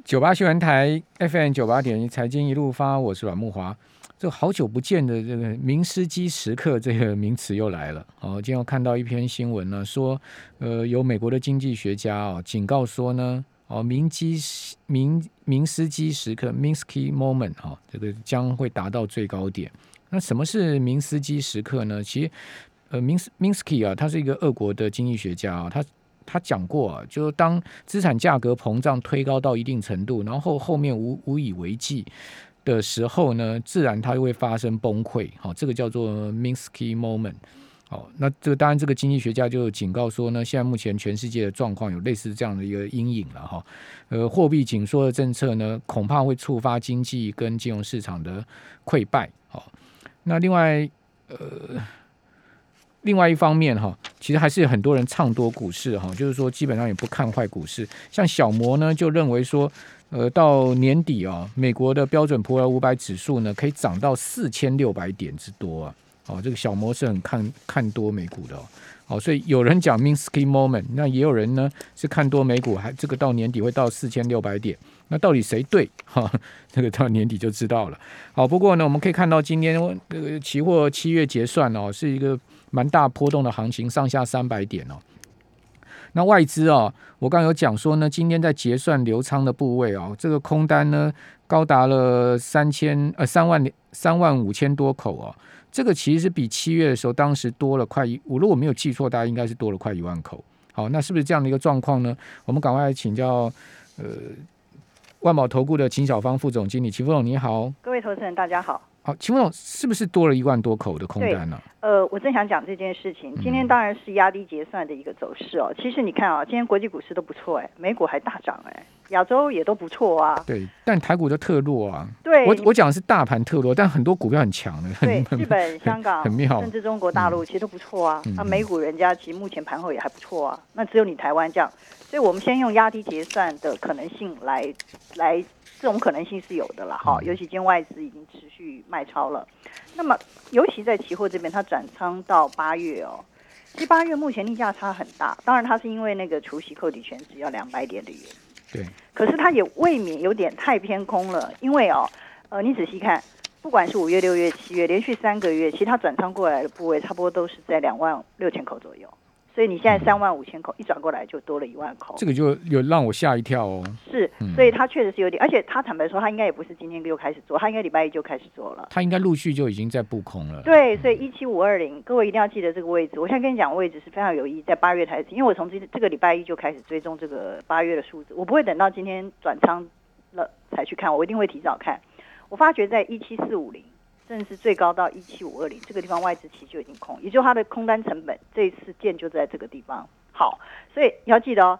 98新闻台 FM98.1财经一路发，我是阮慕骅。这好久不见的这个明斯基时刻这个名词又来了。今天我看到一篇新闻呢，说有美国的经济学家警告说呢，明斯基时刻 Minsky moment 这个将会达到最高点。那什么是明斯基时刻呢？其实Minsky 他是一个俄国的经济学家他讲过就当资产价格膨胀推高到一定程度，然后面无以为继的时候呢，自然它会发生崩溃。这个叫做 Minsky moment。那这个当然，这个经济学家就警告说呢，现在目前全世界的状况有类似这样的一个阴影了货币紧缩的政策呢，恐怕会触发经济跟金融市场的溃败。那另外一方面其实还是有很多人唱多股市就是说基本上也不看坏股市。像小摩呢就认为说到年底美国的标准普尔500指数呢可以涨到4600点之多这个小摩是很看多美股的所以有人讲 Minsky moment， 那也有人呢是看多美股，还这个到年底会到4600点。那到底谁对这个到年底就知道了。好，不过呢我们可以看到今天期货7月结算是一个蛮大波动的行情，上下300点那外资我刚刚有讲说呢，今天在结算流仓的部位这个空单呢高达了35000多口这个其实比7月的时候当时多了快如果我没有记错，大概应该是多了快1万口。好，那是不是这样的一个状况呢？我们赶快来请教万宝投顾的秦小芳副总经理。秦副总你好。 各位投资人大家好。 好，秦副总是不是多了1万多口的空单呢？ 我正想讲这件事情。今天当然是压低结算的一个走势其实你看今天国际股市都不错美股还大涨亚洲也都不错对，但台股就特弱对， 我讲的是大盘特弱，但很多股票很强的。 对，日本、香港很妙， 甚至中国大陆其实都不错那美股人家其实目前盘后也还不错那只有你台湾这样，所以我们先用压低结算的可能性来这种可能性是有的了尤其今天外资已经持续卖超了。那么尤其在期货这边，它转仓到8月其实8月目前逆价差很大，当然它是因为那个除息扣抵权值要200点的原因。 对， 可是它也未免有点太偏空了，因为你仔细看，不管是5月、6月、7月，连续3个月，其实它转仓过来的部位差不多都是在26000口左右。所以你现在35000口一转过来就多了1万口， 这个就有让我吓一跳是，所以它确实是有点，而且他坦白说，他应该也不是今天就开始做，他应该礼拜一就开始做了， 他应该陆续就已经在布空了。 对，所以17520，各位一定要记得这个位置。我现在跟你讲位置是非常有意义，在8月台，因为我从这个礼拜一就开始追踪这个8月的数字，我不会等到今天转仓了才去看，我一定会提早看。我发觉在17450。甚至最高到17520这个地方外资期就已经空，也就是它的空单成本这一次建就在这个地方。好，所以你要记得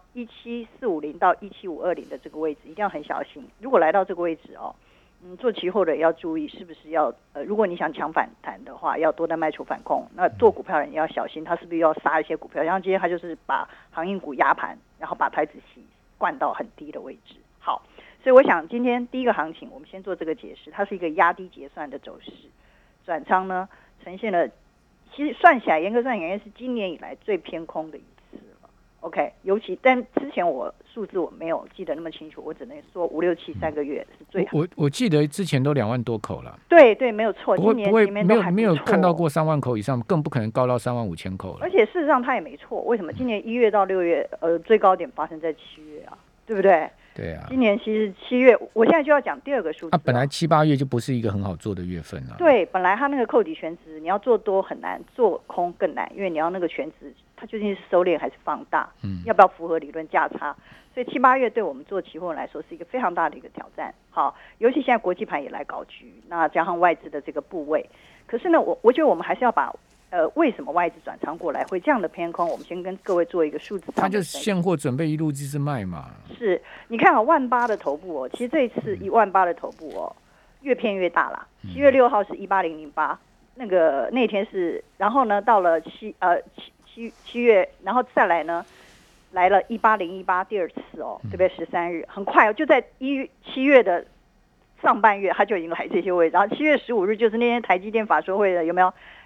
17450到17520的这个位置一定要很小心。如果来到这个位置做期货的也要注意是不是要如果你想抢反弹的话，要多单卖出反空。那做股票的人也要小心，他是不是要杀一些股票？像今天他就是把航运股压盘，然后把台指期灌到很低的位置。好。所以我想今天第一个行情我们先做这个解释，它是一个压低结算的走势，转仓呢呈现了，其实算起来严格算起来是今年以来最偏空的一次了。 OK， 尤其但之前我数字我没有记得那么清楚，我只能说5、6、7 3个月是最好。 我记得之前都2万多口了。 对对，没有错，今年里面都还不错， 没有看到过3万口以上，更不可能高到35000口了。 而且事实上它也没错，为什么今年1月到6月最高点发生在7月对不对？ 对啊， 今年其实7月，我现在就要讲第二个数字本来7、8月就不是一个很好做的月份对，本来它那个扣抵权值，你要做多很难，做空更难，因为你要那个权值，它究竟是收敛还是放大，要不要符合理论价差？所以7、8月对我们做期货来说是一个非常大的一个挑战。好，尤其现在国际盘也来搞局，那加上外资的这个部位，可是呢，我觉得我们还是要把。为什么外资转仓过来会这样的偏空？我们先跟各位做一个数字上的。 他就是现货准备一路一直卖嘛。 是，你看18000的头部其实这一次18000的头部越偏越大啦。7月6号是18008，那天是，然后呢到了7月，然后再来呢来了18018第二次对不对？13日很快就在7月的上半月它就已经来这些位置，然后7月15日就是那天台积电法说会了，有没有？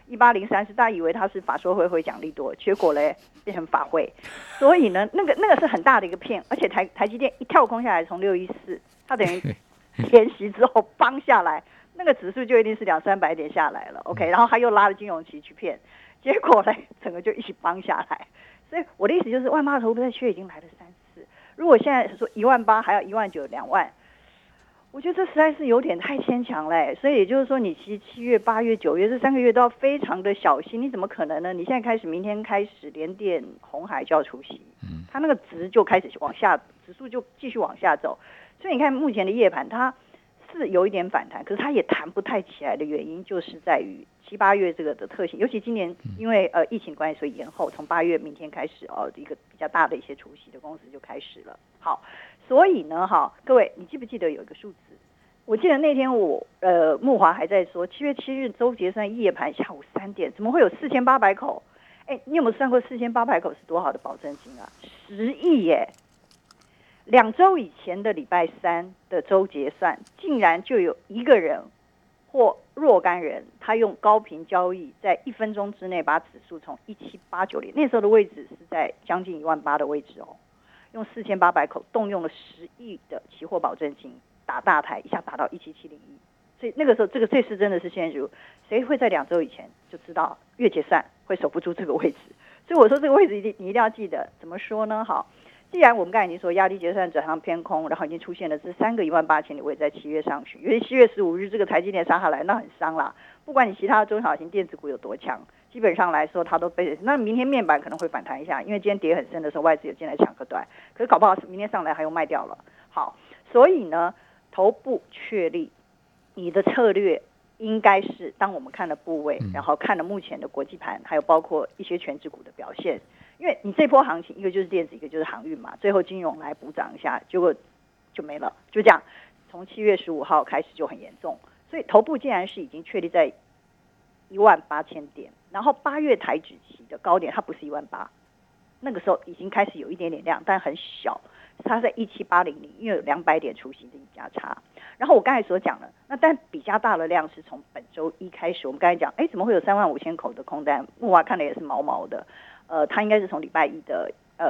1803是大家以为它是法说会讲利多，结果嘞变成法会，所以呢那个是很大的一个骗，而且台积电一跳空下来，从614，它等于填息之后帮下来，那个指数就一定是200-300点下来了 ，OK， 然后他又拉了金融期去骗，结果嘞整个就一起帮下来，所以我的意思就是万八头部在7月已经来了3次，如果现在说18000还要19000、20000。我觉得这实在是有点太牵强嘞，所以也就是说，你其实7月、8月、9月这3个月都要非常的小心。你怎么可能呢？你现在开始，明天开始，联电、鸿海就要除息，它那个值就开始往下，指数就继续往下走。所以你看目前的夜盘，它是有一点反弹，可是它也弹不太起来的原因，就是在于7、8月这个的特性，尤其今年因为疫情关系，所以延后，从8月明天开始一个比较大的一些除息的公司就开始了。好。所以呢，各位，你记不记得有一个数字？我记得那天木华还在说，7月7日周结算夜盘下午3点，怎么会有4800口？哎，你有没有算过4800口是多少的保证金啊？10亿耶！2周以前的礼拜3的周结算，竟然就有一个人或若干人，他用高频交易，在1分钟之内把指数从17890，那时候的位置是在将近18000的位置哦。用4800口动用了10亿的期货保证金打大台，一下打到17701，所以那个时候这次真的是现如谁会在2周以前就知道月结算会守不住这个位置？所以我说这个位置你一定要记得。怎么说呢？好，既然我们刚才已经说压力结算转向偏空，然后已经出现了这3个18000的位置在7月上去，因为7月15日这个台积电杀下来，那很伤啦。不管你其他的中小型电子股有多强，基本上来说它都被。那明天面板可能会反弹一下，因为今天跌很深的时候，外资有进来抢个短，可是搞不好明天上来还有卖掉了。好，所以呢，头部确立，你的策略应该是当我们看了部位，然后看了目前的国际盘，还有包括一些权值股的表现，因为你这波行情一个就是电子，一个就是航运嘛，最后金融来补涨一下，结果就没了，就这样。从7月15号开始就很严重。所以头部竟然是已经确立在18000点，然后8月台指期的高点它不是18000，那个时候已经开始有一点点量，但很小，它在17800，因为有200点除息的一价差。然后我刚才所讲的，那但比较大的量是从本周一开始，我们刚才讲，怎么会有35000口的空单？木华看的也是毛毛的，它应该是从礼拜一的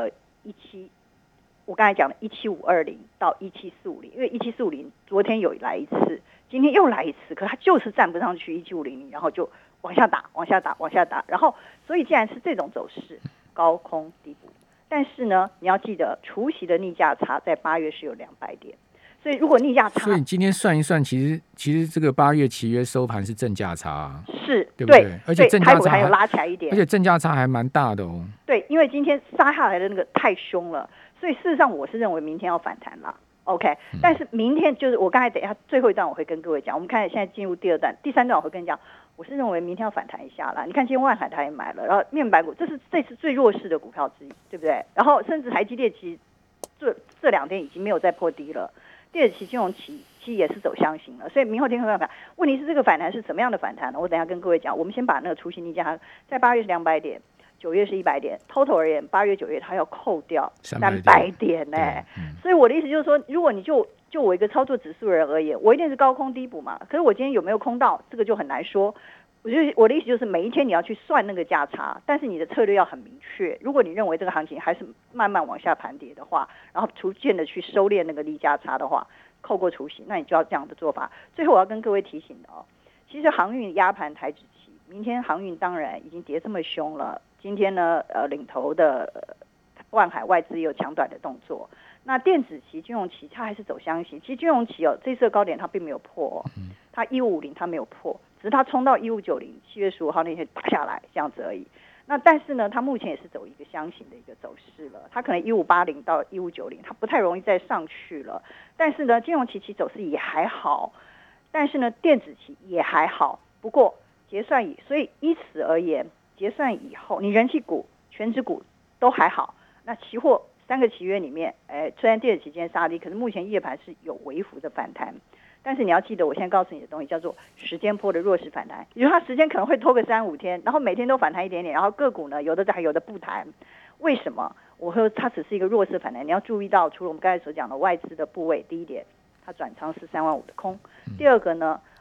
17。我刚才讲的17520到17450，因为17450昨天有来一次，今天又来一次，可它就是站不上去17500，然后就往下打，往下打，往下打，然后所以既然是这种走势，高空低补，但是呢，你要记得除息的逆价差在8月是有200点，所以如果逆价差， 所以你今天算一算，其实这个8月期约收盘是正价差啊， 是对不对？而且正价差还有拉起来一点， 而且正价差还蛮大的哦。 对，因为今天杀下来的那个太凶了。所以事实上我是认为明天要反弹啦 ，OK， 但是明天就是我刚才等一下最后一段我会跟各位讲，我们看现在进入第2段，第3段我会跟你讲，我是认为明天要反弹一下啦。你看今天万海它也买了，然后面板股这次最弱势的股票之一，对不对？然后甚至台积电其实这2天已经没有再破低了，电子期、金融期其实也是走箱型了，所以明后天会反弹。问题是这个反弹是什么样的反弹呢？我等一下跟各位讲。我们先把那个除息逆价在8月是200点。9月是100点 ，total 而言，8月、9月它要扣掉300点呢、所以我的意思就是说，如果你就我一个操作指数人而言，我一定是高空低补嘛。可是我今天有没有空到，这个就很难说。我的意思就是，每一天你要去算那个价差，但是你的策略要很明确。如果你认为这个行情还是慢慢往下盘跌的话，然后逐渐的去收敛那个逆价差的话，扣过除息，那你就要这样的做法。最后我要跟各位提醒的其实航运压盘台指期，明天航运当然已经跌这么凶了。今天呢，领头的万海外资也有抢短的动作。那电子期、金融期它还是走箱型。其实金融期这次的高点它并没有破它1550它没有破，只是它冲到15907月15号那天打下来这样子而已。那但是呢，它目前也是走一个箱型的一个走势了，它可能1580到1590，它不太容易再上去了。但是呢，金融期走势也还好，但是呢，电子期也还好。不过结算所以依此而言。结算以后，你人气股、全指股都还好。那期货3个期约里面，虽然电子期间杀低，可是目前夜盘是有微幅的反弹。但是你要记得，我现在告诉你的东西叫做时间波的弱势反弹，也就是它时间可能会拖个3-5天，然后每天都反弹一点点，然后个股呢有的还有的不弹。为什么？我说它只是一个弱势反弹，你要注意到，除了我们刚才所讲的外资的部位，第一点，它转仓是3万5的空；第二个呢，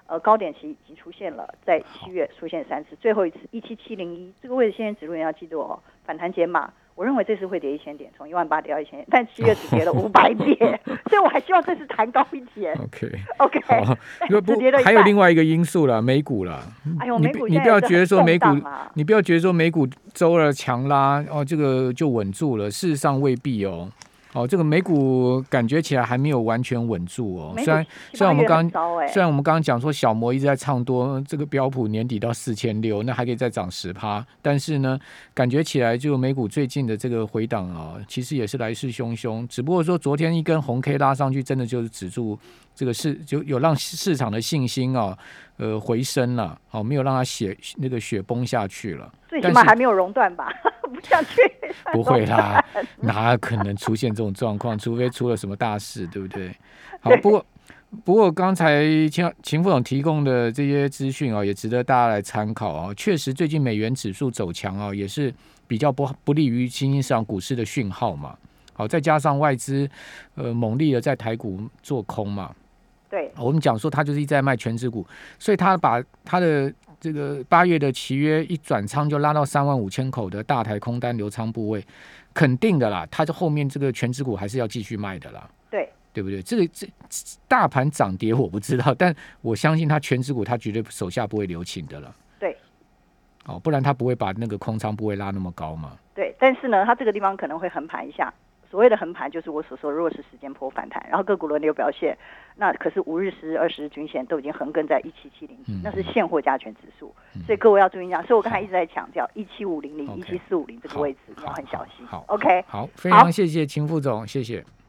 高点期已经出现了，在7月出现3次，最后一次17701这个位置，现在指数也要记住哦，反弹减码。我认为这次会跌1000点，从18000跌到1000点，但7月只跌了500点，所以我还希望这次弹高一点。OK， 好，还有另外一个因素啦，美股啦。 哎呦，美股你不要觉得说美股，你不要觉得说美股周二强拉哦，这个就稳住了，事实上未必哦。哦，这个美股感觉起来还没有完全稳住哦。虽然我们刚刚讲说小摩一直在唱多，这个标普年底到4600，那还可以再涨10%，但是呢，感觉起来就美股最近的这个回档啊，其实也是来势汹汹。只不过说昨天一根红 K 拉上去，真的就是止住这个就有让市场的信心啊，回升了，哦，没有让它雪崩下去了。 最起码还没有熔断吧？不下去， 不会啦，哪可能出现这种状况？除非出了什么大事，对不对？好，不过刚才秦副总提供的这些资讯啊，也值得大家来参考啊。确实，最近美元指数走强啊，也是比较不利于新兴市场股市的讯号嘛。好，再加上外资猛烈的在台股做空嘛。 对， 我们讲说他就是一直在卖全指股，所以他把他的这个8月的期约一转仓就拉到35000口的大台空单留仓部位，肯定的啦，他这后面这个全指股还是要继续卖的啦，对不对？这大盘涨跌我不知道，但我相信他全指股他绝对手下不会留情的了， 对， 哦，不然他不会把那个空仓部位拉那么高嘛。 对，但是呢，他这个地方可能会横盘一下。所谓的横盘就是我所说，如果是时间波反弹，然后个股轮流表现，那可是5日、10日、20日均线都已经横亘在17707，那是现货加权指数，所以各位要注意一下。所以我刚才一直在强调17500、17450这个位置你要很小心。 好 ，OK， 好，非常谢谢秦副总，谢谢。